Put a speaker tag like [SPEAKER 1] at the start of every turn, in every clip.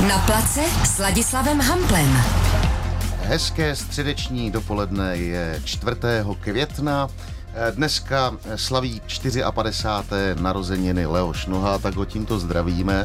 [SPEAKER 1] Na place s Ladislavem Hamplem.
[SPEAKER 2] Hezké středeční dopoledne je 4. května. Dneska slaví 54. narozeniny Leoš Noha, tak ho tímto zdravíme.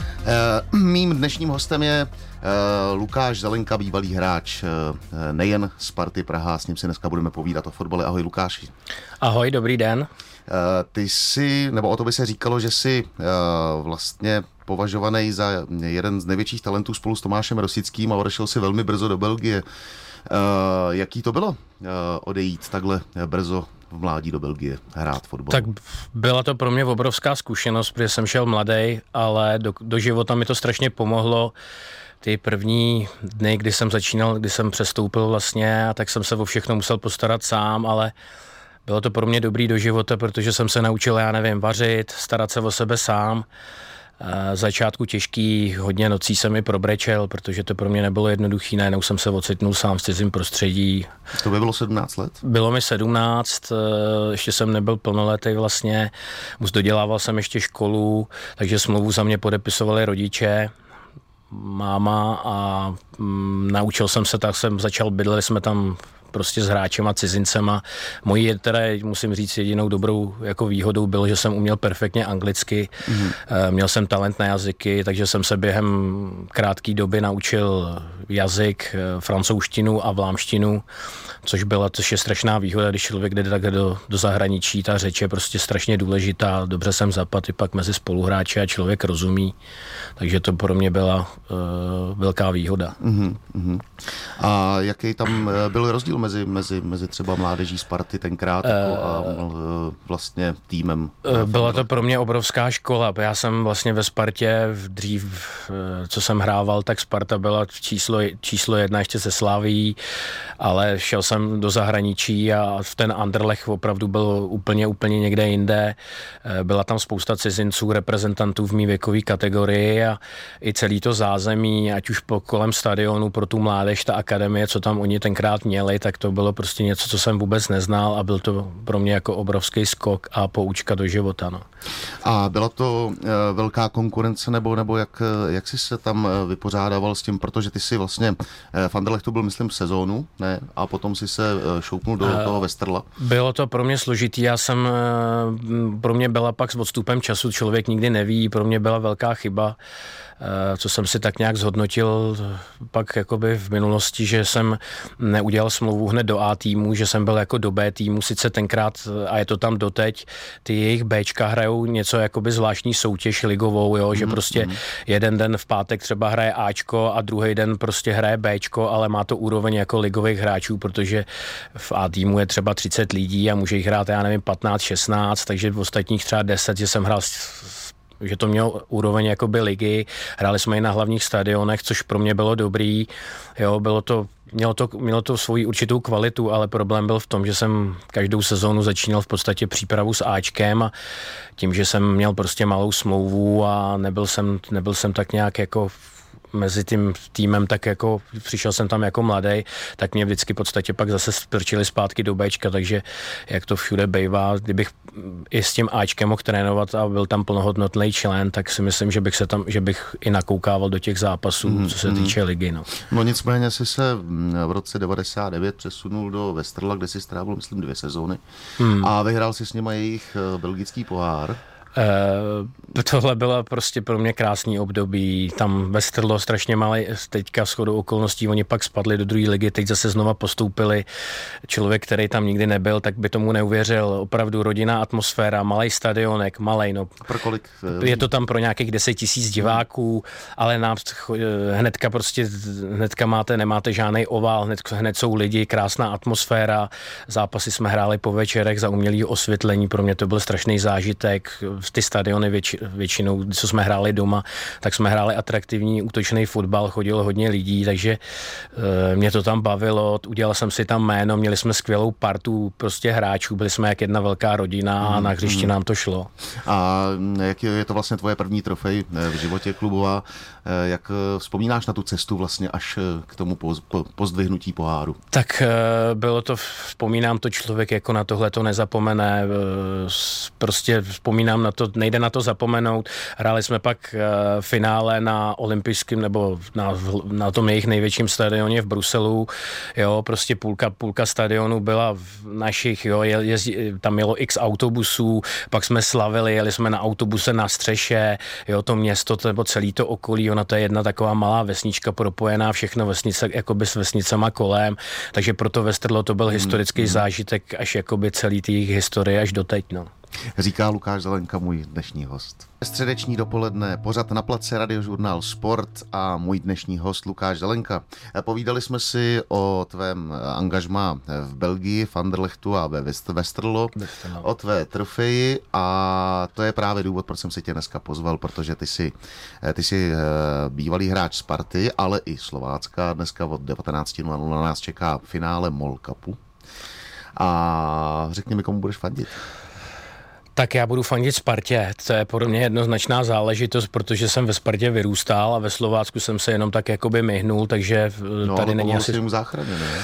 [SPEAKER 2] Mým dnešním hostem je Lukáš Zelenka, bývalý hráč nejen Sparty Praha, s ním si dneska budeme povídat o fotbale. Ahoj Lukáši.
[SPEAKER 3] Ahoj, dobrý den.
[SPEAKER 2] Ty jsi, nebo o to by se říkalo, že jsi vlastně považovaný za jeden z největších talentů spolu s Tomášem Rosickým a odešel si velmi brzo do Belgie. Jaký to bylo odejít takhle brzo v mládí do Belgie hrát fotbal?
[SPEAKER 3] Tak byla to pro mě obrovská zkušenost, protože jsem šel mladý, ale do života mi to strašně pomohlo. Ty první dny, kdy jsem začínal, kdy jsem přestoupil vlastně, a tak jsem se o všechno musel postarat sám, ale bylo to pro mě dobrý do života, protože jsem se naučil, vařit, starat se o sebe sám. Začátku těžký, hodně nocí jsem mi probrečel, protože to pro mě nebylo jednoduchý, najednou jsem se ocitnul sám v cizím prostředí.
[SPEAKER 2] To by bylo 17 let?
[SPEAKER 3] Bylo mi 17, ještě jsem nebyl plnoletý vlastně, dodělával jsem ještě školu, takže smlouvu za mě podepisovali rodiče, máma a naučil jsem se, tak jsem začal, bydleli jsme tam prostě s hráčem a cizincema. Mojí teda, musím říct, jedinou dobrou jako výhodou bylo, že jsem uměl perfektně anglicky, měl jsem talent na jazyky, takže jsem se během krátké doby naučil jazyk, francouzštinu a vlámštinu, což je strašná výhoda, když člověk jde tak do zahraničí, ta řeč je prostě strašně důležitá, dobře jsem zapadl i pak mezi spoluhráče a člověk rozumí, takže to pro mě byla velká výhoda.
[SPEAKER 2] A jaký tam byl rozdíl mezi třeba mládeží Sparty tenkrát a vlastně týmem?
[SPEAKER 3] Byla to pro mě obrovská škola. Já jsem vlastně ve Spartě dřív, co jsem hrával, tak Sparta byla číslo 1 ještě se Slavií, ale šel jsem do zahraničí a ten Anderlecht opravdu byl úplně někde jinde. Byla tam spousta cizinců, reprezentantů v mý věkové kategorii a i celý to zázemí, ať už kolem stadionu pro tu mládež, ta akademie, co tam oni tenkrát měli, tak to bylo prostě něco, co jsem vůbec neznal a byl to pro mě jako obrovský skok a poučka do života. No.
[SPEAKER 2] A byla to velká konkurence, nebo jak jsi se tam vypořádával s tím, protože ty si vlastně v Anderlechtu byl, myslím, v sezónu, ne? A potom si se šoupnul do toho Westerla.
[SPEAKER 3] Bylo to pro mě složitý, pro mě byla pak s odstupem času, člověk nikdy neví, pro mě byla velká chyba, co jsem si tak nějak zhodnotil pak jakoby v minulosti, že jsem neudělal smlouvu hned do A týmu, že jsem byl jako do B týmu, sice tenkrát, a je to tam doteď, ty jejich Bčka hrajou něco jakoby zvláštní soutěž ligovou, jo, že prostě jeden den v pátek třeba hraje Ačko a druhý den prostě hraje Bčko, ale má to úroveň jako ligových hráčů, protože v A týmu je třeba 30 lidí a může jich hrát, 15-16, takže v ostatních třeba 10, že jsem hrál že to mělo úroveň jakoby ligy, hráli jsme i na hlavních stadionech, což pro mě bylo dobrý, jo, mělo to svoji určitou kvalitu, ale problém byl v tom, že jsem každou sezónu začínal v podstatě přípravu s Ačkem a tím, že jsem měl prostě malou smlouvu a nebyl jsem tak nějak jako mezi tím týmem, tak jako přišel jsem tam jako mladý, tak mě vždycky v podstatě pak zase strčili zpátky do Bčka, takže jak to všude bývá, kdybych i s tím Ačkem mohl trénovat a byl tam plnohodnotný člen, tak si myslím, že bych i nakoukával do těch zápasů, co se týče ligy.
[SPEAKER 2] No nicméně si se v roce 99 přesunul do Westerla, kde si strávil, myslím, 2 sezóny a vyhrál si s nima jejich belgický pohár.
[SPEAKER 3] Tohle bylo prostě pro mě krásný období, tam Westerlo strašně malý, teďka shodou okolností oni pak spadli do druhé ligy, teď zase znova postoupili, člověk, který tam nikdy nebyl, tak by tomu neuvěřil, opravdu rodinná atmosféra, malej stadionek, malej, no.
[SPEAKER 2] Pro kolik?
[SPEAKER 3] Je to tam pro nějakých 10 000 diváků, ale hnedka nemáte žádnej ovál, hned jsou lidi, krásná atmosféra, zápasy jsme hráli po večerech za umělého osvětlení, pro mě to byl strašný zážitek, ty stadiony většinou, co jsme hráli doma, tak jsme hráli atraktivní útočný fotbal, chodilo hodně lidí, takže mě to tam bavilo, udělal jsem si tam jméno, měli jsme skvělou partu prostě hráčů, byli jsme jak jedna velká rodina a na hřišti nám to šlo.
[SPEAKER 2] A jak je to vlastně tvoje první trofej v životě klubová? Jak vzpomínáš na tu cestu vlastně až k tomu pozdvihnutí poháru?
[SPEAKER 3] Tak bylo to, vzpomínám to, člověk jako na tohle to nezapomene, prostě vzpomínám na nejde na to zapomenout. Hráli jsme pak finále na olympijském nebo na tom jejich největším stadioně v Bruselu, jo, prostě půlka stadionu byla v našich, jo, tam jelo x autobusů, pak jsme slavili, jeli jsme na autobuse na střeše, jo, to město, nebo celý to okolí, ona to je jedna taková malá vesnička propojená, všechno vesnice, jakoby s vesnicema kolem, takže proto Westerlo to byl historický zážitek až jakoby celý té historie až doteď, no.
[SPEAKER 2] Říká Lukáš Zelenka, můj dnešní host. Středeční dopoledne, pořad Na place, Radiožurnál Sport a můj dnešní host Lukáš Zelenka. Povídali jsme si o tvém angažmá v Belgii, v Anderlechtu a ve Westerlo, o tvé trofeji a to je právě důvod, proč jsem si tě dneska pozval, protože ty jsi bývalý hráč Sparty, ale i Slovácka. Dneska od 19:00 na nás čeká finále MOL Cupu. A řekni mi, komu budeš fandit.
[SPEAKER 3] Tak já budu fandit Spartě, to je pro mě jednoznačná záležitost, protože jsem ve Spartě vyrůstal a ve Slovácku jsem se jenom tak jakoby myhnul, takže tady není asi...
[SPEAKER 2] No, záchraně, ne?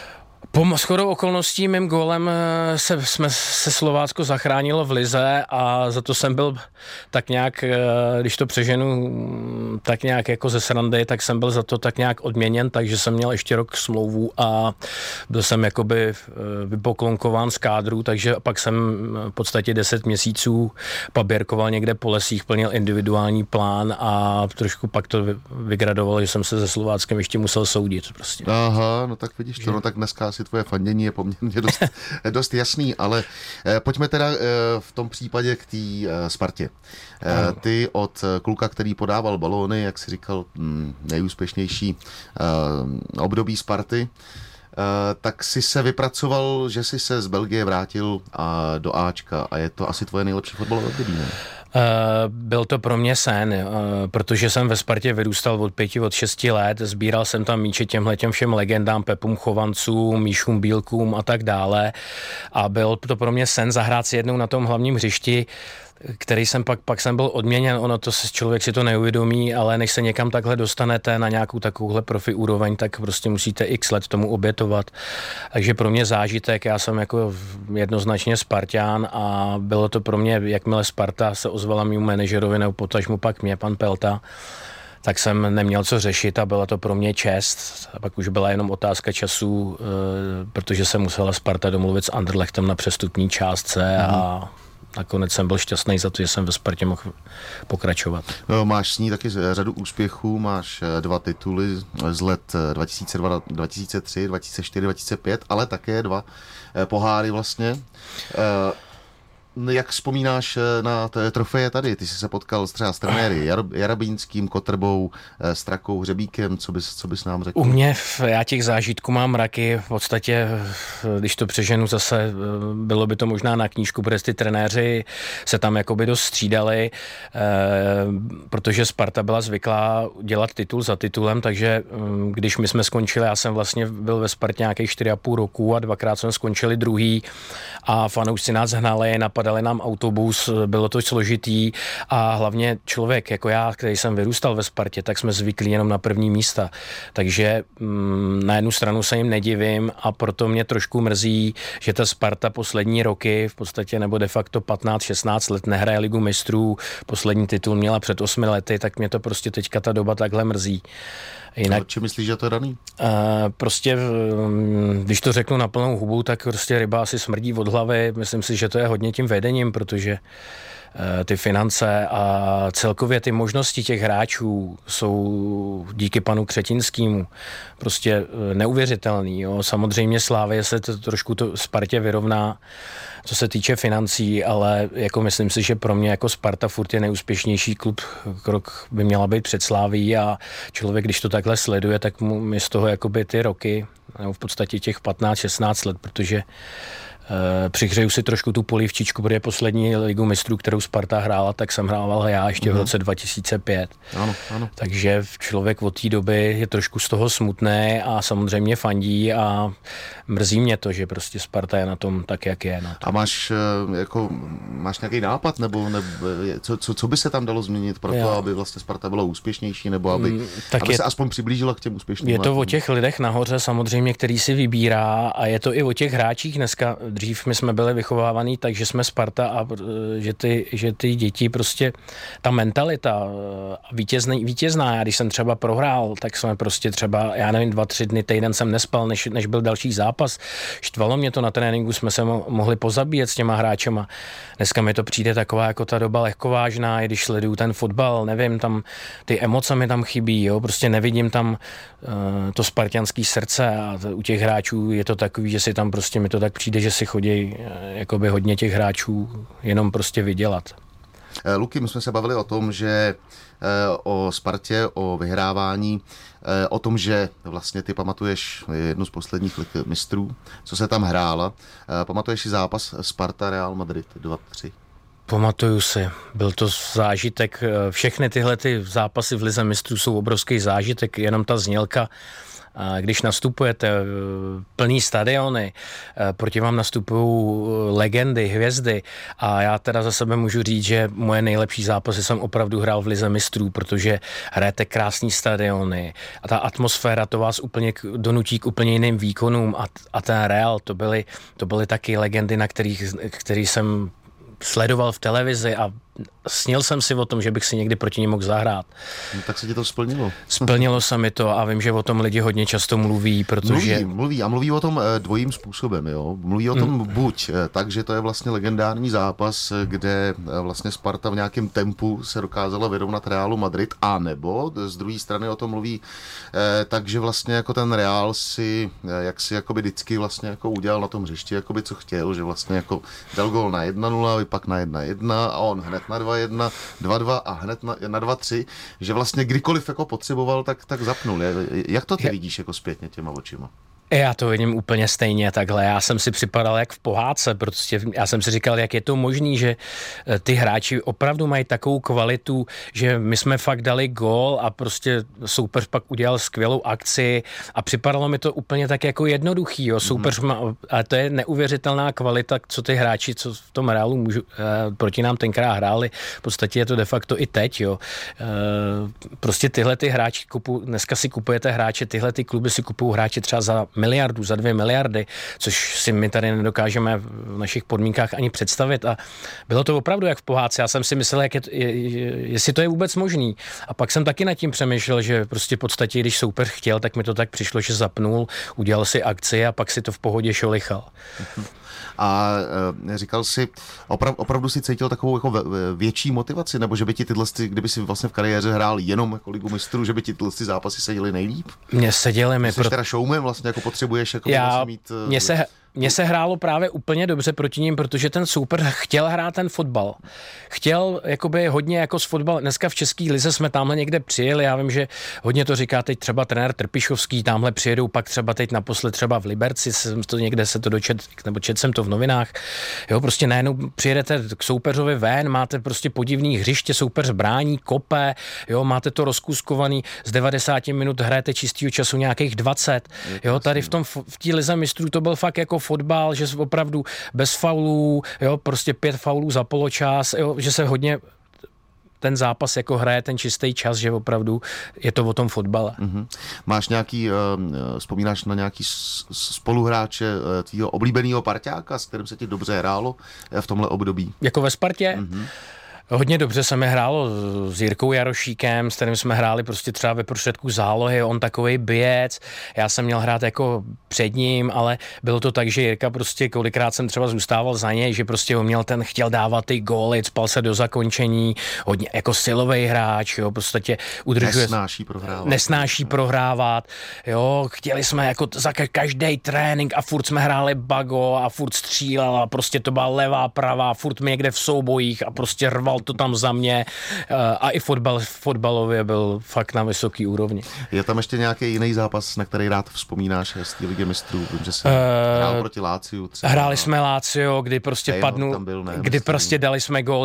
[SPEAKER 3] Po shodou okolností mým gólem jsme se Slovácko zachránilo v lize a za to jsem byl tak nějak, když to přeženu tak nějak jako ze srandy, tak jsem byl za to tak nějak odměněn, takže jsem měl ještě rok smlouvu a byl jsem jakoby vypoklonkován z kádru, takže pak jsem v podstatě 10 měsíců paběrkoval někde po lesích, plnil individuální plán a trošku pak to vygradovalo, že jsem se se Slováckem ještě musel soudit prostě.
[SPEAKER 2] Aha, no tak vidíš to, no tak dneska asi tvoje fandění je poměrně dost jasný, ale pojďme teda v tom případě k té Spartě. Ty od kluka, který podával balóny, jak jsi říkal, nejúspěšnější období Sparty, tak si se vypracoval, že jsi se z Belgie vrátil do Ačka a je to asi tvoje nejlepší fotbalové období, ne?
[SPEAKER 3] Byl to pro mě sen, protože jsem ve Spartě vyrůstal od 5, od 6 let, sbíral jsem tam míče těmhletěm všem legendám, Pepům Chovancům, Míšům Bílkům a tak dále a byl to pro mě sen zahrát si jednou na tom hlavním hřišti, který jsem pak jsem byl odměněn, ono to člověk si to neuvědomí, ale než se někam takhle dostanete na nějakou takovouhle profi úroveň, tak prostě musíte x let tomu obětovat. Takže pro mě zážitek, já jsem jako jednoznačně Sparťán a bylo to pro mě, jakmile Sparta se ozvala mému manažerovi nebo potažmu pak mě, pan Pelta, tak jsem neměl co řešit a byla to pro mě čest. A pak už byla jenom otázka času, protože se musela Sparta domluvit s Anderlechtem na přestupní částce a nakonec jsem byl šťastný za to, že jsem ve Spartě mohl pokračovat.
[SPEAKER 2] No, máš s ní taky řadu úspěchů, máš 2 tituly z let 2002, 2003, 2004, 2005, ale také 2 poháry vlastně. Jak vzpomínáš na trofeje tady? Ty jsi se potkal třeba s trenéry Jarabínským, Kotrbou, Strakou, Hřebíkem, co bys nám řekl?
[SPEAKER 3] U mě, já těch zážitků mám mraky, v podstatě, když to přeženu zase, bylo by to možná na knížku, protože ty trenéři se tam jakoby dost střídali, protože Sparta byla zvyklá dělat titul za titulem, takže když my jsme skončili, já jsem vlastně byl ve Spartě nějakých 4,5 roku a 2krát jsme skončili druhý a fanoušci nás hnali, napadali nám autobus, bylo to složitý a hlavně člověk jako já, který jsem vyrůstal ve Spartě, tak jsme zvyklí jenom na první místa. Takže na jednu stranu se jim nedivím a proto mě trošku mrzí, že ta Sparta poslední roky, v podstatě nebo de facto 15-16 let nehraje Ligu mistrů, poslední titul měla před 8 lety, tak mě to prostě teďka ta doba takhle mrzí. Jinak,
[SPEAKER 2] či myslíš, že to je daný?
[SPEAKER 3] Prostě, když to řeknu na plnou hubu, tak prostě ryba asi smrdí od hlavy. Myslím si, že to je hodně tím vedením, protože ty finance a celkově ty možnosti těch hráčů jsou díky panu Křetinskému prostě neuvěřitelný. Jo. Samozřejmě Slávě se to trošku Spartě vyrovná, co se týče financí, ale jako myslím si, že pro mě jako Sparta furt je nejúspěšnější klub, krok by měla být před Sláví a člověk, když to takhle sleduje, tak mu je z toho jakoby ty roky, nebo v podstatě těch 15-16 let, protože přihřeju si trošku tu polivčičku, protože poslední Ligu mistrů, kterou Sparta hrála, tak jsem hrával já ještě v roce 2005.
[SPEAKER 2] Ano.
[SPEAKER 3] Takže člověk od té doby je trošku z toho smutný a samozřejmě fandí a mrzí mě to, že prostě Sparta je na tom tak, jak je.
[SPEAKER 2] A máš nějaký nápad, nebo co by se tam dalo změnit pro to, aby vlastně Sparta byla úspěšnější, nebo aby se aspoň přiblížila k těm úspěšným?
[SPEAKER 3] Je to o těch lidech nahoře samozřejmě, který si vybírá a je to i o těch hráčích. dřív my jsme byli vychovávaný, takže jsme Sparta a že ty děti prostě, ta mentalita vítězná, já když jsem třeba prohrál, tak jsme prostě třeba, já nevím, 2-3 dny, týden jsem nespal, než byl další zápas. Štvalo mě to na tréninku, jsme se mohli pozabíjet s těma hráčema. Dneska mi to přijde taková jako ta doba lehkovážná, i když sleduju ten fotbal, nevím, tam ty emoce mi tam chybí, jo, prostě nevidím tam to spartanský srdce a u těch hráčů je to takový, že si tam prostě mi to tak přijde, že si chodí jakoby hodně těch hráčů jenom prostě vydělat.
[SPEAKER 2] Luky, my jsme se bavili o tom, že o Spartě, o vyhrávání, o tom, že vlastně ty pamatuješ jednu z posledních mistrů, co se tam hrála. Pamatuješ si zápas Sparta Real Madrid 2-3?
[SPEAKER 3] Pamatuju si, byl to zážitek, všechny tyhle ty zápasy v lize mistrů jsou obrovský zážitek, jenom ta znělka, když nastupujete plný stadiony, proti vám nastupují legendy, hvězdy a já teda za sebe můžu říct, že moje nejlepší zápasy jsem opravdu hrál v lize mistrů, protože hrajete krásný stadiony a ta atmosféra to vás úplně donutí k úplně jiným výkonům a ten Real, to byly taky legendy, který jsem sledoval v televizi a snil jsem si o tom, že bych si někdy proti ní mohl zahrát.
[SPEAKER 2] No, tak se ti to splnilo.
[SPEAKER 3] Splnilo se mi to a vím, že o tom lidi hodně často mluví, protože...
[SPEAKER 2] Mluví o tom dvojím způsobem, jo. Mluví o tom buď tak, že to je vlastně legendární zápas, kde vlastně Sparta v nějakém tempu se dokázala vyrovnat Realu Madrid, a nebo z druhé strany o tom mluví takže vlastně jako ten Real si jaksi jakoby vždycky vlastně jako udělal na tom hřišti jakoby co chtěl, že vlastně jako dal gól na 1-0, pak na 1-1 a on hned na 2-1, 2-2 a hned na 2-3, že vlastně kdykoliv jako potřeboval, tak zapnul. Jak to ty vidíš jako zpětně těma očima?
[SPEAKER 3] Já to vidím úplně stejně takhle. Já jsem si připadal jak v pohádce, protože já jsem si říkal, jak je to možný, že ty hráči opravdu mají takovou kvalitu, že my jsme fakt dali gól a prostě soupeř pak udělal skvělou akci a připadalo mi to úplně tak jako jednoduchý. Jo. Soupeř a to je neuvěřitelná kvalita, co ty hráči, co v tom Realu proti nám tenkrát hráli. V podstatě je to de facto i teď. Jo. Prostě tyhle ty hráči, dneska si kupujete hráče, tyhle ty kluby si kupují hráče třeba za miliardu, za 2 miliardy, což si my tady nedokážeme v našich podmínkách ani představit a bylo to opravdu jak v pohádce. Já jsem si myslel, jestli to je vůbec možný. A pak jsem taky nad tím přemýšlel, že prostě v podstatě, když soupeř chtěl, tak mi to tak přišlo, že zapnul, udělal si akci a pak si to v pohodě šolichal.
[SPEAKER 2] A říkal si, opravdu si cítil takovou jako větší motivaci, nebo že by ti tyhle, kdyby si vlastně v kariéře hrál jenom jako ligu mistrů, že by ti tyhle zápasy seděly nejlíp?
[SPEAKER 3] Mně seděly mi.
[SPEAKER 2] Jsi teda showman vlastně, jako potřebuješ jako mít...
[SPEAKER 3] Mně se hrálo právě úplně dobře proti ním, protože ten soupeř chtěl hrát ten fotbal. Chtěl jakoby hodně jako z fotbal. Dneska v české lize jsme tamhle někde přijeli, já vím, že hodně to říká teď třeba trenér Trpišovský, tamhle přijedou pak třeba teď naposled třeba v Liberci, někde se to dočet, nebo četl jsem to v novinách. Jo, prostě najednou přijedete k soupeřovi ven, máte prostě podivný hřiště, soupeř brání, kope, jo, máte to rozkuskovaný, z 90 minut hrajete čistýho času nějakých 20. Jo, tady v té lize mistrů to byl fakt jako fotbal, že opravdu bez faulů, jo, prostě 5 faulů za poločas, jo, že se hodně ten zápas jako hraje ten čistý čas, že opravdu je to o tom fotbale.
[SPEAKER 2] Mm-hmm. Máš nějaký, vzpomínáš na nějaký spoluhráče tvýho oblíbeného parťáka, s kterým se ti dobře hrálo v tomhle období?
[SPEAKER 3] Jako ve Spartě?
[SPEAKER 2] Mm-hmm.
[SPEAKER 3] Hodně dobře se mi hrálo s Jirkou Jarošíkem, s kterým jsme hráli prostě třeba ve prostředku zálohy, on takovej bijec, já jsem měl hrát jako před ním, ale bylo to tak, že Jirka prostě kolikrát jsem třeba zůstával za něj, že prostě chtěl dávat ty góly, cpal se do zakončení, hodně jako silový hráč, jo, prostě udržuje... Nesnáší prohrávat, jo, chtěli jsme jako za každý trénink a furt jsme hráli bago a furt střílel a prostě to byla levá, pravá, furt mi někde v soubojích a prostě rval to tam za mě a i fotbalově byl fakt na vysoký úrovni. Je
[SPEAKER 2] tam ještě nějaký jiný zápas, na který rád vzpomínáš z té ligy mistrů? Vím, že jsi hrál proti Láciu.
[SPEAKER 3] Hráli jsme Lácio, kdy prostě padnul, kdy prostě dali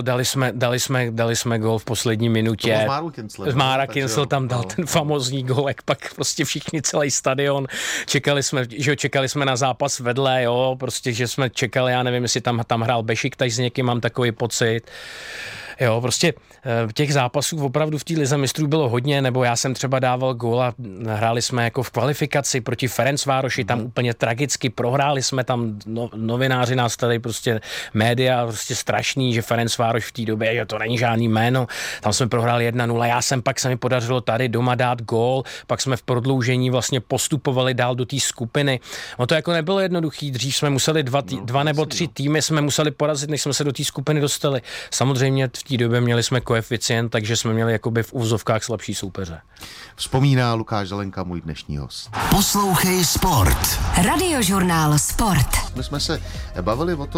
[SPEAKER 3] jsme gól v poslední minutě. Mára Kincel tam dal ten famózní gól, jak pak prostě všichni, celý stadion. Čekali jsme na zápas vedle, jo, prostě, že jsme čekali, já nevím, jestli tam hrál Bešiktaš s někým, mám takový pocit. Jo, prostě těch zápasů opravdu v té lize mistrů bylo hodně, nebo já jsem třeba dával gól a hráli jsme jako v kvalifikaci proti Ferencvároši, tam úplně tragicky prohráli jsme tam, novináři nás tady prostě média prostě strašný, že Ferencvároš v té době, že to není žádný jméno, tam jsme prohráli 1-0, pak se mi podařilo tady doma dát gól, pak jsme v prodloužení vlastně postupovali dál do té skupiny. No to jako nebylo jednoduchý, dřív jsme museli dva nebo tři týmy jsme museli porazit, než jsme se do té skupiny dostali. Samozřejmě v té době měli jsme koeficient, takže jsme měli jakoby v úvozovkách slabší soupeře.
[SPEAKER 2] Vzpomíná Lukáš Zelenka, můj dnešní host.
[SPEAKER 1] Poslouchej Sport. Radiožurnál Sport.
[SPEAKER 2] My jsme se bavili o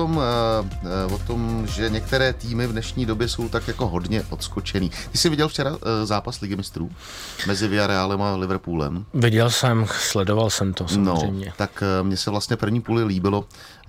[SPEAKER 2] tom, že některé týmy v dnešní době jsou tak jako hodně odskočený. Ty jsi viděl včera zápas Ligy mistrů mezi Villarrealem a Liverpoolem?
[SPEAKER 3] Viděl jsem, sledoval jsem to samozřejmě.
[SPEAKER 2] No, tak mně se vlastně první půli líbilo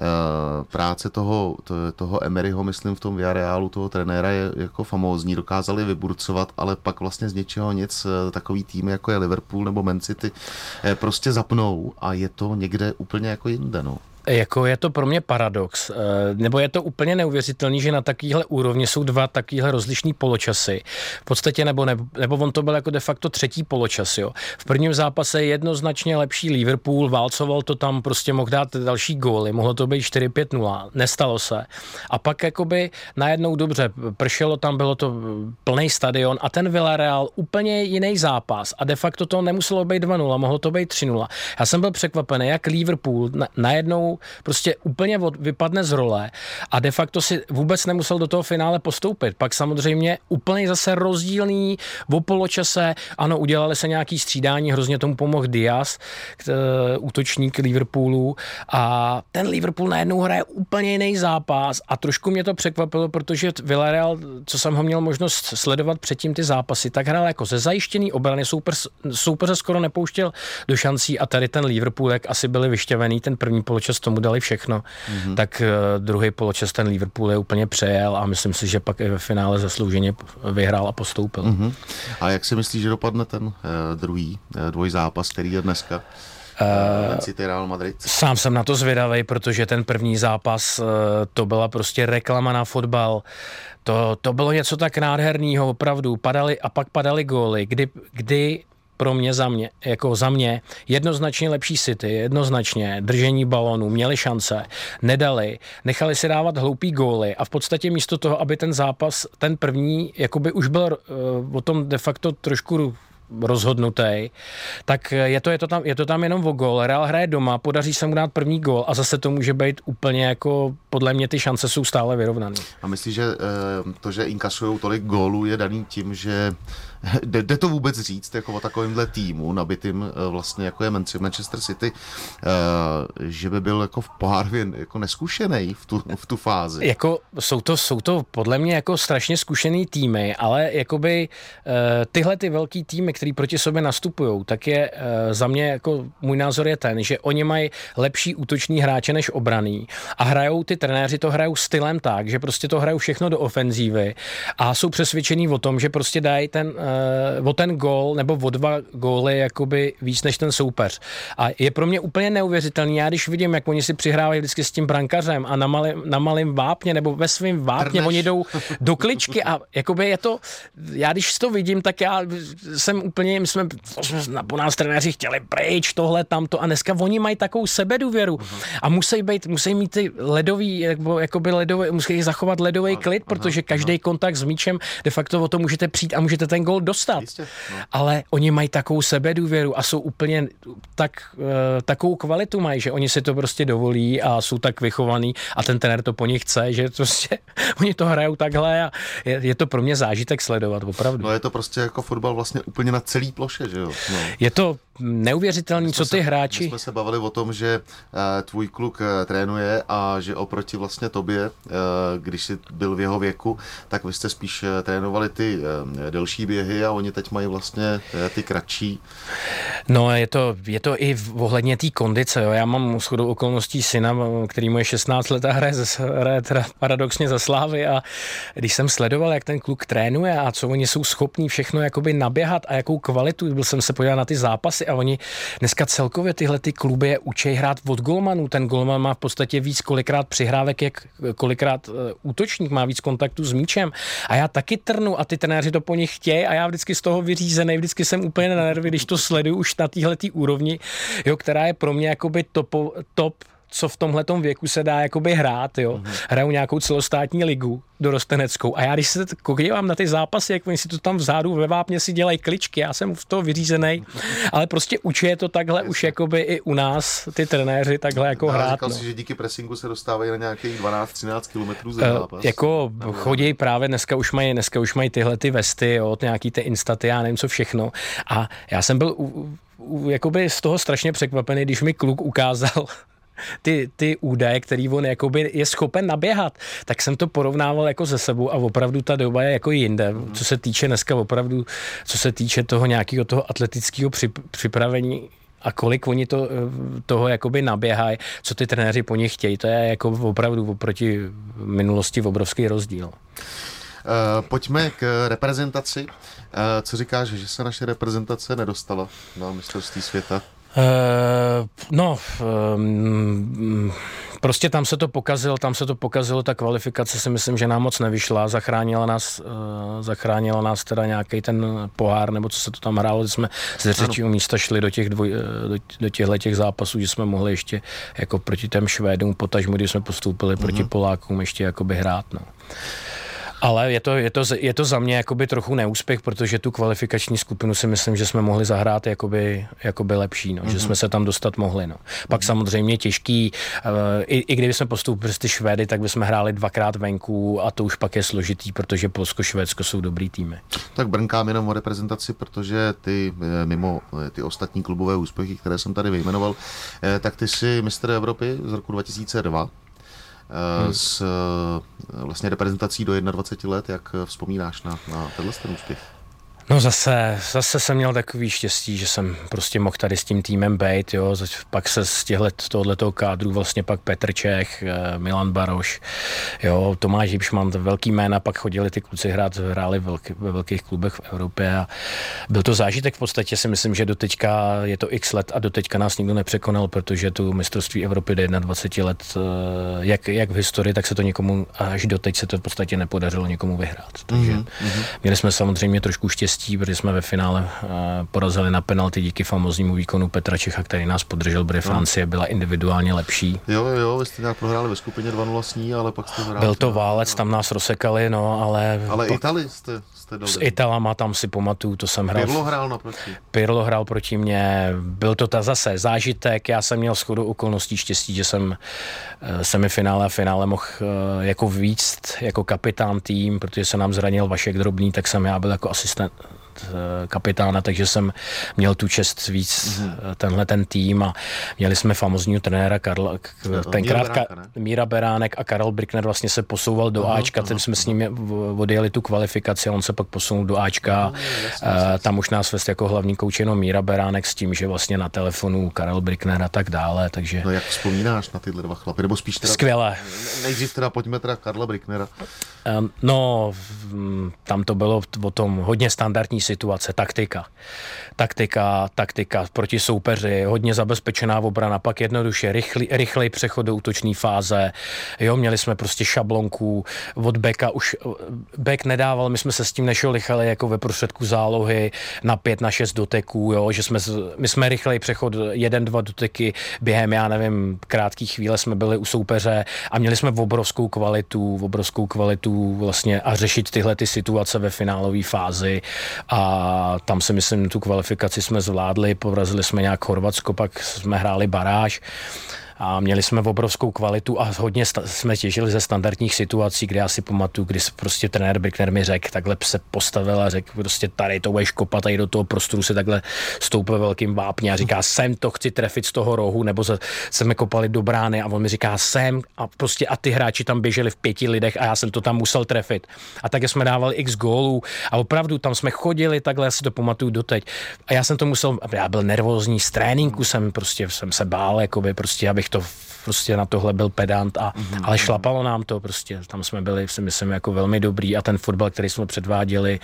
[SPEAKER 2] práce toho Emeryho, myslím v tom Villarrealu, toho trenéra je jako famózní, dokázali vyburcovat, ale pak vlastně z něčeho nic takový tým jako je Liverpool nebo Man City prostě zapnou a je to někde úplně jako jinde, no.
[SPEAKER 3] Jako je to pro mě paradox, nebo je to úplně neuvěřitelný, že na takovýhle úrovni jsou dva takovýhle rozlišný poločasy. V podstatě nebo on to byl jako de facto třetí poločas, jo. V prvním zápase jednoznačně lepší Liverpool, válcoval to tam, prostě mohl dát další góly, mohlo to být 4-5-0, nestalo se. A pak jakoby najednou dobře, pršelo tam, bylo to plný stadion a ten Villarreal úplně jiný zápas a de facto to nemuselo být 2-0, mohlo to být 3-0. Já jsem byl překvapený, jak Liverpool najednou prostě úplně vypadne z role a de facto si vůbec nemusel do toho finále postoupit. Pak samozřejmě úplně zase rozdílný o poločase, ano, udělali se nějaký střídání, hrozně tomu pomohl Diaz, útočník Liverpoolu a ten Liverpool najednou hraje úplně jiný zápas a trošku mě to překvapilo, protože Villarreal, co jsem ho měl možnost sledovat předtím ty zápasy, tak hrál jako ze zajištěný obrany, soupeře skoro nepouštěl do šancí a tady ten Liverpool, jak asi byli vyšťavený, ten první poločas tomu dali všechno, tak druhý poločas ten Liverpool je úplně přejel a myslím si, že pak i ve finále zaslouženě vyhrál a postoupil.
[SPEAKER 2] A jak si myslíš, že dopadne ten druhý dvojzápas, který je dneska? City Real Madrid?
[SPEAKER 3] Sám jsem na to zvědavej, protože ten první zápas to byla prostě reklama na fotbal. To bylo něco tak nádherného, opravdu. Pak padaly góly, kdy pro mě, za mě, jednoznačně lepší City, jednoznačně držení balonu, měli šance, nedali, nechali si dávat hloupý góly a v podstatě místo toho, aby ten zápas, ten první, jakoby už byl o tom de facto trošku rozhodnutý, tak je to tam jenom o gól. Real hraje doma, podaří se mu dát první gól a zase to může být úplně jako, podle mě ty šance jsou stále vyrovnané. A
[SPEAKER 2] myslíš, že to, že inkasujou tolik gólů, je daný tím, že jde to vůbec říct jako o takovémhle týmu nabitým vlastně jako je Manchester City, že by byl jako v pohárově jako neskušený v tu fázi?
[SPEAKER 3] Jako jsou to podle mě jako strašně zkušený týmy, ale jakoby tyhle ty velký týmy, který proti sobě nastupujou, tak je za mě jako můj názor je ten, že oni mají lepší útoční hráče než obraný a ty trenéři to hrajou stylem tak, že prostě to hrajou všechno do ofenzívy a jsou přesvědčení o tom, že prostě dají o ten gól nebo o 2 góly jakoby víc než ten soupeř. A je pro mě úplně neuvěřitelný. Já když vidím, jak oni si přihrávají vždycky s tím brankařem a na malém vápně nebo ve svém vápně oni jdou do kličky a jakoby je to, já když to vidím, tak já jsem úplně, my jsme po nás trenéři chtěli pryč, tohle, tamto a dneska oni mají takovou sebedůvěru a musí mít ty ledový, musí zachovat ledový klid, protože každý kontakt s míčem de facto o to můžete přijít a můžete ten gól dostat. Jistě, no. Ale oni mají takovou sebedůvěru a jsou úplně takovou kvalitu mají, že oni si to prostě dovolí a jsou tak vychovaný a ten trenér to po nich chce, že prostě oni to hrajou takhle a je to pro mě zážitek sledovat, opravdu.
[SPEAKER 2] No je to prostě jako fotbal vlastně úplně na celý ploše, že jo? No.
[SPEAKER 3] Je to neuvěřitelný, co ty hráči.
[SPEAKER 2] My jsme se bavili o tom, že tvůj kluk trénuje a že oproti vlastně tobě, když jsi byl v jeho věku, tak vy jste spíš trénovali ty delší běhy a oni teď mají vlastně ty kratší.
[SPEAKER 3] No, je to i ohledně té kondice. Jo. Já mám shodou okolností syna, který mu je 16 let a hraje teda paradoxně za Slávy, a když jsem sledoval, jak ten kluk trénuje a co oni jsou schopní všechno jakoby naběhat a jakou kvalitu, byl jsem se podívat na ty zápasy a oni dneska celkově tyhle ty kluby je učí hrát od golmanů. Ten golman má v podstatě víc kolikrát přihrávek, jak kolikrát útočník, má víc kontaktu s míčem. A já taky trnu a ty trenéři to po nich chtějí a já vždycky z toho vyřízený, vždycky jsem úplně na nervy, když to sleduju už na téhletý úrovni, jo, která je pro mě jakoby top, co v tomhletom věku se dá jakoby hrát, jo. Hrajou nějakou celostátní ligu dorosteneckou a já když se koukám na ty zápasy, jak oni si to tam vzadu ve vápně si dělají kličky, já jsem v toho vyřízený, ale prostě učí je to takhle už jakoby i u nás ty trenéři takhle jako hrát.
[SPEAKER 2] Říkal si, že díky pressingu se dostávají na nějakých 12-13 kilometrů za zápas.
[SPEAKER 3] Jako chodí právě, dneska už mají tyhle ty vesty, jo, nějaký ty instaty, já nevím co všechno, a já jsem byl jakoby z toho strašně překvapený, když mi kluk ukázal ty údaje, který on jakoby je schopen naběhat, tak jsem to porovnával jako ze sebou a opravdu ta doba je jako jinde, co se týče dneska opravdu, co se týče toho nějakého toho atletického připravení a kolik oni toho jakoby naběhají, co ty trenéři po nich chtějí, to je jako opravdu oproti minulosti obrovský rozdíl.
[SPEAKER 2] Pojďme k reprezentaci. Co říkáš, že se naše reprezentace nedostala na mistrovství světa?
[SPEAKER 3] Prostě tam se to pokazilo, ta kvalifikace si myslím, že nám moc nevyšla, zachránila nás teda nějaký ten pohár, nebo co se to tam hrálo, že jsme z třetího místa šli do těchto zápasů, že jsme mohli ještě jako proti těm Švédům, potažmu, když jsme postoupili proti Polákům ještě jakoby hrát, no. Ale je to za mě jakoby trochu neúspěch, protože tu kvalifikační skupinu si myslím, že jsme mohli zahrát jakoby lepší, no, že jsme se tam dostat mohli. No. Pak samozřejmě těžký, i kdyby jsme postoupili přes ty Švédy, tak bychom hráli dvakrát venku a to už pak je složitý, protože Polsko, Švédsko jsou dobrý týmy.
[SPEAKER 2] Tak brnkám jenom o reprezentaci, protože ty mimo ty ostatní klubové úspěchy, které jsem tady vyjmenoval, tak ty jsi mistr Evropy z roku 2002. S vlastně reprezentací do 21 let, jak vzpomínáš na tenhle úspěch?
[SPEAKER 3] No zase jsem měl takový štěstí, že jsem prostě mohl tady s tím týmem být, jo, pak se z tohoto kádru vlastně pak Petr Čech, Milan Baroš, jo, Tomáš Hipšman, velký jména, pak chodili ty kluci hráli ve velkých klubech v Evropě a byl to zážitek v podstatě, si myslím, že doteďka je to x let a doteďka nás nikdo nepřekonal, protože tu mistrovství Evropy do 21 let, jak v historii, tak se to nikomu, až doteď se to v podstatě nepodařilo nikomu vyhrát. Takže měli jsme samozřejmě trošku štěstí, protože jsme ve finále porazili na penalty díky famóznímu výkonu Petra Čecha, který nás podržel, protože Francie byla individuálně lepší.
[SPEAKER 2] Jo, vy jste nějak prohráli ve skupině 2-0 s ní, ale pak jste hráli.
[SPEAKER 3] Byl to válec, tam nás rozsekali, no, ale
[SPEAKER 2] Itálii jste dali.
[SPEAKER 3] S Italama tam si pamatuju, to jsem hrál.
[SPEAKER 2] Pirlo
[SPEAKER 3] hrál proti mně, byl to zase zážitek, já jsem měl shodou okolností štěstí, že jsem semifinále a finále mohl jako víc jako kapitán tým, protože se nám zranil Vašek Drobný, tak jsem já byl jako asistent kapitána, takže jsem měl tu čest víc tenhle ten tým a měli jsme famózního trenéra Míra Beránek a Karel Brickner vlastně se posouval do Ačka, teď jsme s ním odjeli tu kvalifikaci a on se pak posunul do Ačka. Tam už nás vést jako hlavní kouč jenom Míra Beránek s tím, že vlastně na telefonu Karel Brickner a tak dále, takže...
[SPEAKER 2] No jak vzpomínáš na tyhle dva chlapy, nebo spíš teda...
[SPEAKER 3] Skvěle.
[SPEAKER 2] Nejdřív teda pojďme teda Karla Bricknera.
[SPEAKER 3] No, tam to bylo o tom hodně standardní situace, taktika proti soupeři, hodně zabezpečená obrana, pak jednoduše rychlej přechod do útočné fáze, jo, měli jsme prostě šablonku od beka, už bek nedával, my jsme se s tím nešolichali jako ve prostředku zálohy na 5, na 6 doteků, jo, že my jsme rychlej přechod 1-2 doteky během, já nevím, krátký chvíle jsme byli u soupeře a měli jsme obrovskou kvalitu vlastně a řešit tyhle ty situace ve finálové fázi a tam si myslím, tu kvalifikaci jsme zvládli, porazili jsme nějak Chorvatsko, pak jsme hráli baráž a měli jsme obrovskou kvalitu a hodně jsme těžili ze standardních situací, kde já si pamatuju, kdy prostě trenér Birkner mi řekl, takhle se postavil a řekl prostě tady to budeš kopat, tady do toho prostoru se takhle stoupil velkým vápně a říká sem to chci trefit z toho rohu, nebo jsme kopali do brány a on mi říká sem a prostě a ty hráči tam běželi v 5 lidech a já jsem to tam musel trefit. A tak jsme dávali x gólů a opravdu tam jsme chodili, takhle já si to pamatuju doteď. A já jsem to musel, já byl nervózní, z tréninku jsem se bál, jakoby prostě, abych to prostě na tohle byl pedant, ale šlapalo nám to prostě, tam jsme byli, si myslím, jako velmi dobrý a ten fotbal, který jsme předváděli,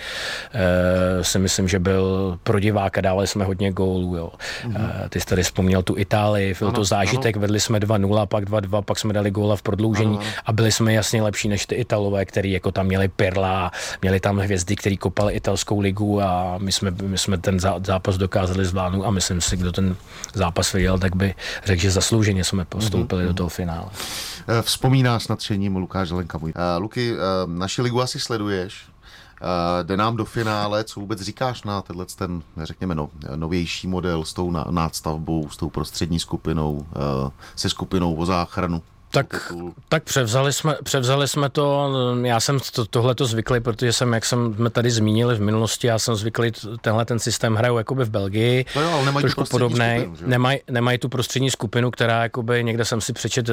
[SPEAKER 3] si myslím, že byl pro diváka, dávali jsme hodně gólů, jo. Ty jsi tady vzpomněl tu Itálii, byl to zážitek, vedli jsme 2-0, pak 2-2, pak jsme dali góla v prodloužení a byli jsme jasně lepší než ty Italové, který jako tam měli Pirla, měli tam hvězdy, který kopali italskou ligu a my jsme ten zápas dokázali zvládnout a myslím si, kdo ten zápas viděl, tak by řekl, že zaslouženě jsme postoupili do toho finále.
[SPEAKER 2] Vzpomínáš s nadšením Lukáš Zelenka můj. Luky, naši ligu asi sleduješ. Jde nám do finále, co vůbec říkáš na tenhle ten, řekněme, novější model s tou nástavbou, s tou prostřední skupinou, se skupinou o záchranu?
[SPEAKER 3] Tak převzali jsme to, já jsem tohleto zvyklý, protože jak jsme tady zmínili v minulosti, já jsem zvyklý tenhle ten systém hraju jakoby v Belgii, trošku podobnej, nemají tu prostřední skupinu, která jakoby, někde jsem si přečet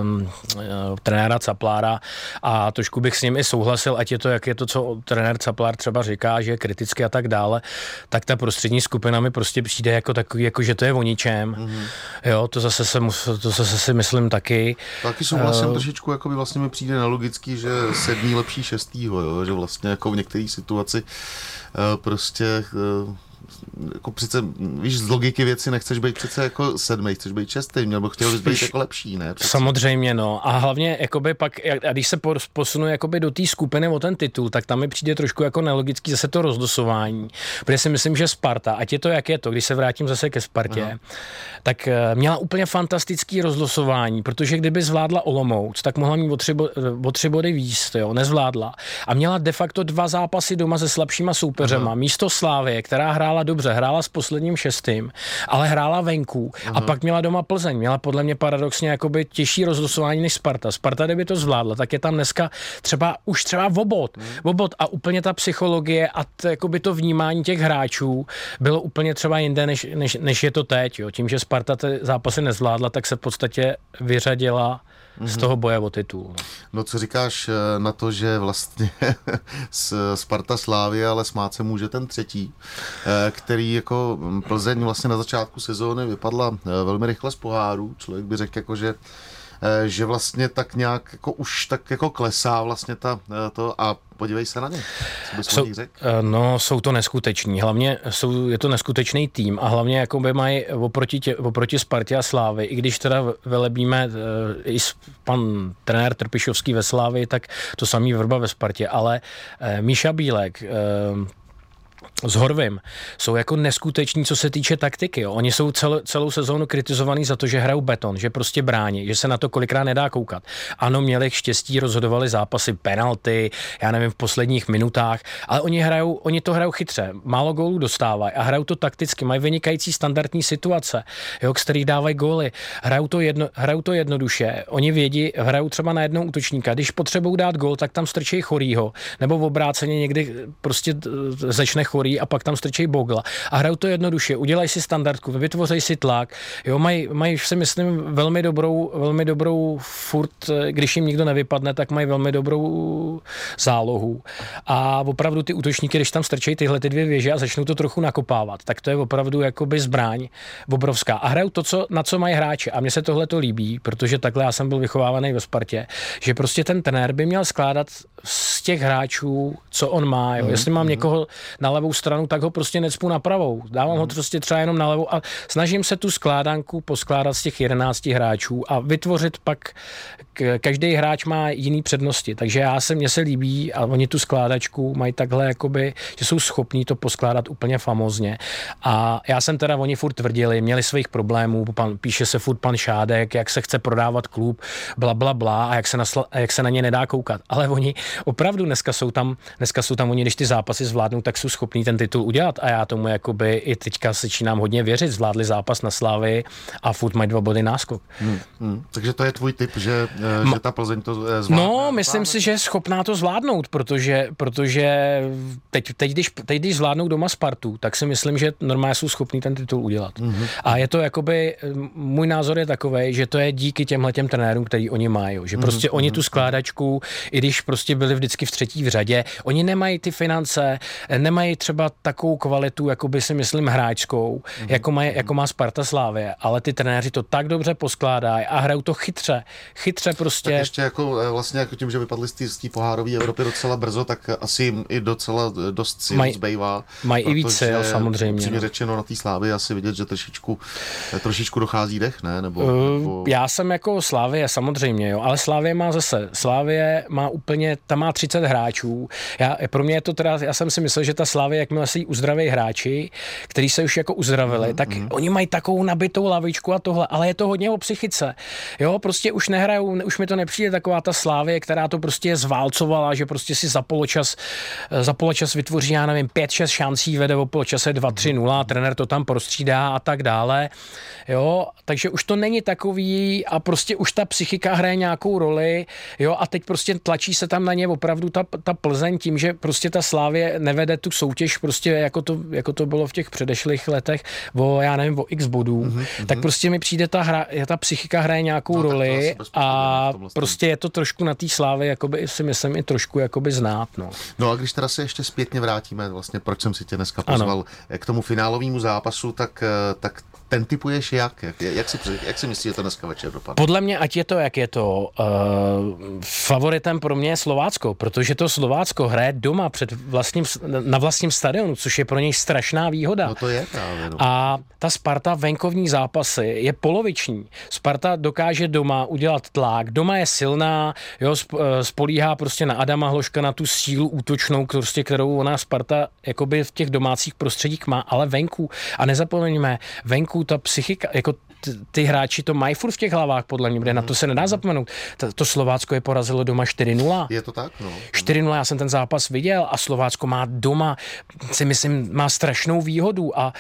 [SPEAKER 3] trenéra Caplára a trošku bych s ním i souhlasil, ať je to, jak je to, co trenér Caplár třeba říká, že je kriticky a tak dále, tak ta prostřední skupina mi prostě přijde jako takový, jako že to je o ničem, jo, to zase si myslím taky.
[SPEAKER 2] Taky souhlasím trošičku, jako by vlastně mi přijde nelogický, že 7. lepší 6. Jo? Že vlastně jako v některé situaci prostě jako přece, víš, z logiky věci nechceš být přece jako 7, chceš být 6, nebo chtěl bys být jako lepší, ne? Přece.
[SPEAKER 3] Samozřejmě, no. A hlavně, jakoby pak, a když se posunu jakoby do té skupiny o ten titul, tak tam mi přijde trošku jako nelogický zase to rozdosování. Protože si myslím, že Sparta, ať je to, jak je to, když se vrátím zase ke Spartě, tak měla úplně fantastický rozdosování, protože kdyby zvládla Olomouc, tak mohla mít o 3 body víc, jo, nezvládla. A měla de facto 2 zápasy doma se slabšíma soupeřema. Místo Slávie, která hrála dobře, hrála s posledním 6., ale hrála venku a pak měla doma Plzeň. Měla podle mě paradoxně jakoby těžší rozdosování než Sparta. Sparta, kdyby to zvládla, tak je tam dneska třeba obod a úplně ta psychologie a jakoby to vnímání těch hráčů bylo úplně třeba jinde, než je to teď. Jo. Tím, že Sparta ty zápasy nezvládla, tak se v podstatě vyřadila z toho boje o titul.
[SPEAKER 2] No co říkáš na to, že vlastně Sparta Slávie, ale smát se může ten 3., který jako Plzeň vlastně na začátku sezóny vypadla velmi rychle z poháru. Člověk by řekl jako, že vlastně tak nějak jako už tak jako klesá vlastně to a podívej se na ně. Co bys o nich řekl?
[SPEAKER 3] No, jsou to neskuteční. Hlavně je to neskutečný tým a hlavně jakoby mají oproti Spartě a Slávy, i když teda velebíme i pan trenér Trpišovský ve Slávii, tak to samý Vrba ve Spartě, ale Míša Bílek s Horvym jsou jako neskuteční, co se týče taktiky. Jo. Oni jsou celou sezónu kritizovaný za to, že hrajou beton, že prostě brání, že se na to kolikrát nedá koukat. Ano, měli štěstí, rozhodovali zápasy, penalty, já nevím, v posledních minutách, ale oni to hrajou chytře, málo gólů dostávají a hrajou to takticky, mají vynikající standardní situace, jo, z kterých dávají góly. Hrajou to jednoduše, oni vědí, hrajou třeba na jednoho útočníka, když potřebují dát gól, tak tam strčí Chorýho, nebo v obráceně někdy prostě začne Chorý a pak tam strčí Bogla. A hrajou to jednoduše, udělají si standardku, vytvoří si tlak. Jo, mají si myslím velmi dobrou furt, když jim nikdo nevypadne, tak mají velmi dobrou zálohu. A opravdu ty útočníky, když tam strčí tyhle 2 věže a začnou to trochu nakopávat, tak to je opravdu jakoby zbraň obrovská. A hrajou to, na co mají hráči. A mně se tohle to líbí, protože takhle já jsem byl vychovávaný ve Spartě, že prostě ten trenér by měl skládat z těch hráčů, co on má. Jo. Jestli mám někoho na levou stranu, tak ho prostě necpu na pravou. Dávám ho prostě třeba jenom na levou a snažím se tu skládanku poskládat z těch 11 hráčů a vytvořit pak, každý hráč má jiný přednosti, takže mně se líbí a oni tu skládačku mají takhle jakoby, že jsou schopní to poskládat úplně famózně a já jsem teda, oni furt tvrdili, měli svých problémů, píše se furt pan Šádek, jak se chce prodávat klub, bla a jak se na ně nedá koukat, ale oni opravdu dneska jsou tam oni, když ty zápasy zvládnou, tak jsou schopní schopní ten titul udělat a já tomu jakoby i teďka začínám hodně věřit. Zvládli zápas na Slávii a furt mají 2 body náskok.
[SPEAKER 2] Takže to je tvůj tip, že ta Plzeň to zvládne?
[SPEAKER 3] No, myslím si, že je schopná to zvládnout, protože teď, když zvládnou doma Spartu, tak si myslím, že normálně jsou schopní ten titul udělat. A je to jakoby, můj názor je takovej, že to je díky těmhletěm trenérům, který oni mají, že prostě oni tu skládačku, i když prostě byli vždycky v třetí v řadě, oni nemají ty finance, nemají třeba takovou kvalitu, jakoby si myslím hráčskou, jako má Sparta Slavie, ale ty trenéři to tak dobře poskládají a hrajou to chytře prostě.
[SPEAKER 2] Tak ještě vlastně jako tím, že vypadli z té pohárové Evropy docela brzo, tak asi jim i docela dost sil zbývá.
[SPEAKER 3] Mají i víc sil, samozřejmě.
[SPEAKER 2] Upřímně řečeno, na té Slávii asi vidět, že trošičku dochází dech, ne? Nebo...
[SPEAKER 3] Já jsem jako Slavie samozřejmě, jo, ale Slavie má úplně, tam má 30 hráčů. Pro mě je to teda, já jsem si myslel, že ta Slavie, jakmile se jí uzdraví hráči, kteří se už jako uzdravili, tak oni mají takovou nabitou lavičku a tohle, ale je to hodně o psychice. Jo, prostě už nehrajou, už mi to nepřijde taková ta Slavie, která to prostě zválcovala, že prostě si za poločas vytvoří, já nevím, 5-6 šancí, vede o poločase 2-3-0, trenér to tam prostřídá a tak dále. Jo, takže už to není takový a prostě už ta psychika hraje nějakou roli, jo, a teď prostě tlačí se tam na ně opravdu ta Plzeň tím, že prostě ta Slavie nevede tu soutěž prostě jako to bylo v těch předešlých letech o x bodů, tak prostě mi přijde ta psychika hraje nějakou roli a prostě je to trošku na té Slavii, jakoby si myslím i trošku jakoby znát, no.
[SPEAKER 2] No a když teda se ještě zpětně vrátíme, vlastně proč jsem si tě dneska pozval k tomu finálovému zápasu, tak ten tipuješ jak si myslíš, že to dneska večer dopadne?
[SPEAKER 3] Podle mě, ať je to, jak je to, favoritem pro mě je Slovácko, protože to Slovácko hraje doma na vlastním stadionu, což je pro něj strašná výhoda.
[SPEAKER 2] No to je právě. No.
[SPEAKER 3] A ta Sparta venkovní zápasy je poloviční. Sparta dokáže doma udělat tlak, doma je silná, jo, spolíhá prostě na Adama Hloška, na tu sílu útočnou, prostě, kterou ona Sparta jakoby v těch domácích prostředích má, ale venku. A nezapomeňme, venku ta psychika, jako ty hráči to mají furt v těch hlavách, podle mě, na to se nedá zapomenout. To Slovácko je porazilo doma 4-0.
[SPEAKER 2] Je to tak? No.
[SPEAKER 3] 4-0, já jsem ten zápas viděl a Slovácko má doma, si myslím, má strašnou výhodu a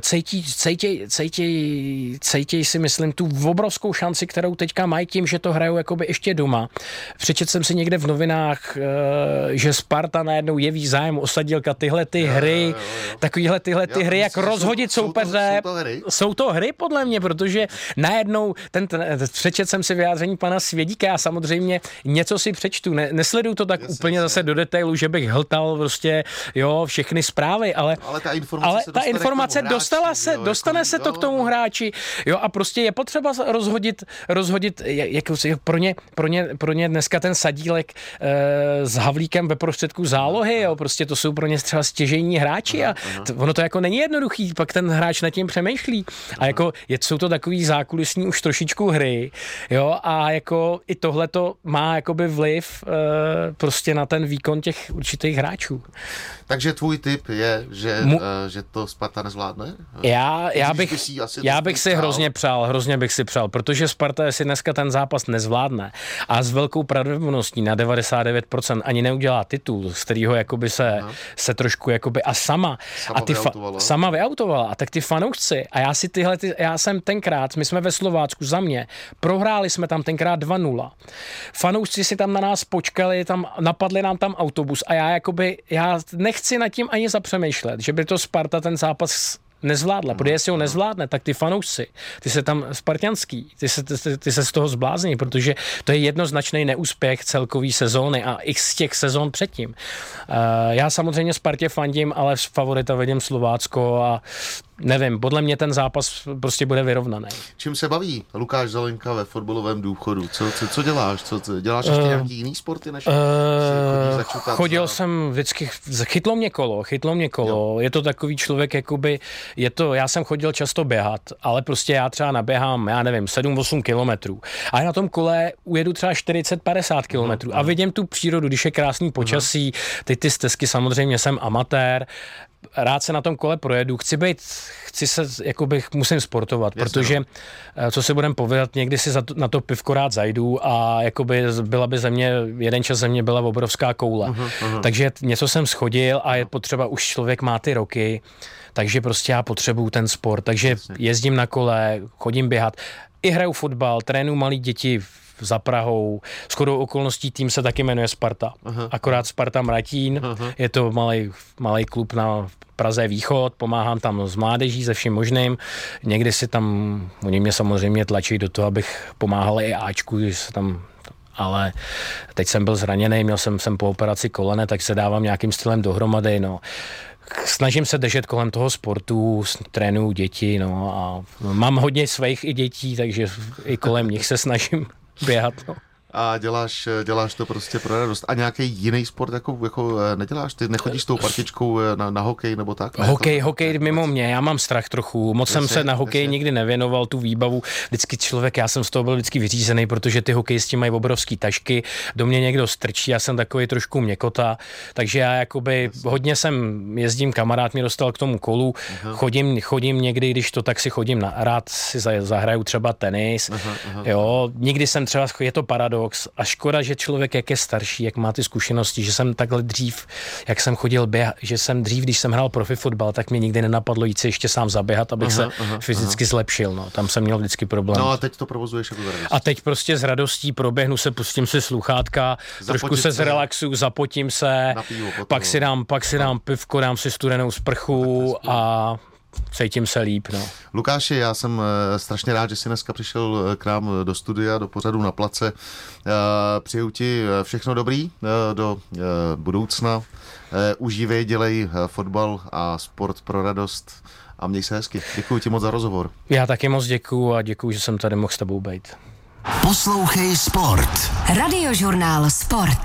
[SPEAKER 3] cítí si myslím tu obrovskou šanci, kterou teďka mají tím, že to hrajou jakoby ještě doma. Přečetl jsem si někde v novinách, že Sparta najednou jeví zájem o Sadílka, tyhle ty hry, takovýhle tyhle ty hry, jak rozhodit soupeře. Jsou to hry podle mě, protože najednou přečetl jsem si vyjádření pana Svědíka, já samozřejmě něco si přečtu, nesleduju to tak úplně zase do detailu, že bych hltal prostě, jo, všechny zprávy, ale ta informace dostane se to k tomu hráči, jo, a prostě je potřeba rozhodit jako pro ně dneska ten Sadílek s Havlíkem ve prostředku zálohy, jo, prostě to jsou pro ně třeba stěžejní hráči a ono to jako není jednoduchý, pak ten hráč nad tím přemýšlí a jako jsou to takový zákulisní už trošičku hry, jo, a jako i tohle to má jakoby vliv prostě na ten výkon těch určitých hráčů.
[SPEAKER 2] Takže tvůj tip je, že to Sparta nezvládne?
[SPEAKER 3] Já bych si hrozně bych si přál, protože Sparta si dneska ten zápas nezvládne a s velkou pravděpodobností na 99% ani neudělá titul, z kterého jakoby se trošku jakoby a sama vyautovala. A tak ty fanoušci a já jsem tenkrát, my jsme ve Slovácku za mě, prohráli jsme tam tenkrát 2-0. Fanoušci si tam na nás počkali, napadli nám tam autobus a já nechci nad tím ani zapřemýšlet, že by to Sparta ten zápas nezvládla, protože jestli ho nezvládne, tak ty fanoušci, ty se tam spartanský, ty se z toho zblázní, protože to je jednoznačný neúspěch celkový sezóny a x z těch sezón předtím. Já samozřejmě Spartě fandím, ale favorita vidím Slovácko a nevím, podle mě ten zápas prostě bude vyrovnaný.
[SPEAKER 2] Čím se baví Lukáš Zelenka ve fotbalovém důchodu? Co děláš? Děláš ještě nějaký jiný sporty, než
[SPEAKER 3] chodil jsem vždycky, chytlo mě kolo. Jo. Je to takový člověk, jakoby, já jsem chodil často běhat, ale prostě já třeba naběhám, 7-8 kilometrů. A na tom kole ujedu třeba 40-50 kilometrů a vidím tu přírodu, když je krásný počasí, ty stezky, samozřejmě jsem amatér, rád se na tom kole projedu, chci být musím sportovat,
[SPEAKER 2] jasně,
[SPEAKER 3] protože co si budem povědat, někdy si na to pivko rád zajdu a jakoby byla by jeden čas země byla obrovská koule. Takže něco jsem schodil a je potřeba, už člověk má ty roky, takže prostě já potřebuju ten sport, takže jezdím na kole, chodím běhat, i hraju fotbal, trénuju malí děti za Prahou. Shodou okolností tým se taky jmenuje Sparta. Akorát Sparta Mratín. Je to malý klub na Praze Východ. Pomáhám tam s mládeží, se vším možným. Někdy si tam, oni mě samozřejmě tlačí do toho, abych pomáhal i Ačku, ale teď jsem byl zraněný, měl jsem po operaci kolene, tak se dávám nějakým stylem dohromady, no. Snažím se držet kolem toho sportu, trénuju děti, no, a mám hodně svých i dětí, takže i kolem nich se snažím běhat, no.
[SPEAKER 2] A děláš to prostě pro radost. A nějaký jiný sport jako neděláš? Ty nechodíš s tou partičkou na hokej nebo tak?
[SPEAKER 3] Hokej mimo mě, já mám strach trochu. Moc jsem se na hokej nikdy nevěnoval, tu výbavu. Vždycky já jsem z toho byl vždycky vyřízený, protože ty hokejisti mají obrovský tašky, do mě někdo strčí, já jsem takový trošku měkota, takže já jakoby hodně jezdím, kamarád mě dostal k tomu kolu, chodím někdy, když to tak si chodím rád si zahraju třeba tenis, jo, nikdy jsem třeba, je to paradox, a škoda, že člověk, jak je starší, jak má ty zkušenosti, že jsem takhle dřív, jak jsem chodil že jsem dřív, když jsem hrál profi fotbal, tak mě nikdy nenapadlo jít si ještě sám zaběhat, abych se fyzicky zlepšil, no. Tam jsem měl vždycky problém.
[SPEAKER 2] No a teď to provozuješ jako radost.
[SPEAKER 3] A teď prostě s radostí proběhnu se, pustím si sluchátka, trošku se zrelaxuju, zapotím se, pak si dám pivko, dám si studenou sprchu a cítím se líp, no.
[SPEAKER 2] Lukáši, já jsem strašně rád, že jsi dneska přišel k nám do studia, do pořadu Na place. Přeju ti všechno dobrý do budoucna. Užívej, dělej fotbal a sport pro radost a měj se hezky. Děkuji ti moc za rozhovor.
[SPEAKER 3] Já taky moc děkuju a děkuju, že jsem tady mohl s tebou být.
[SPEAKER 1] Poslouchej Sport. Radiožurnál Sport.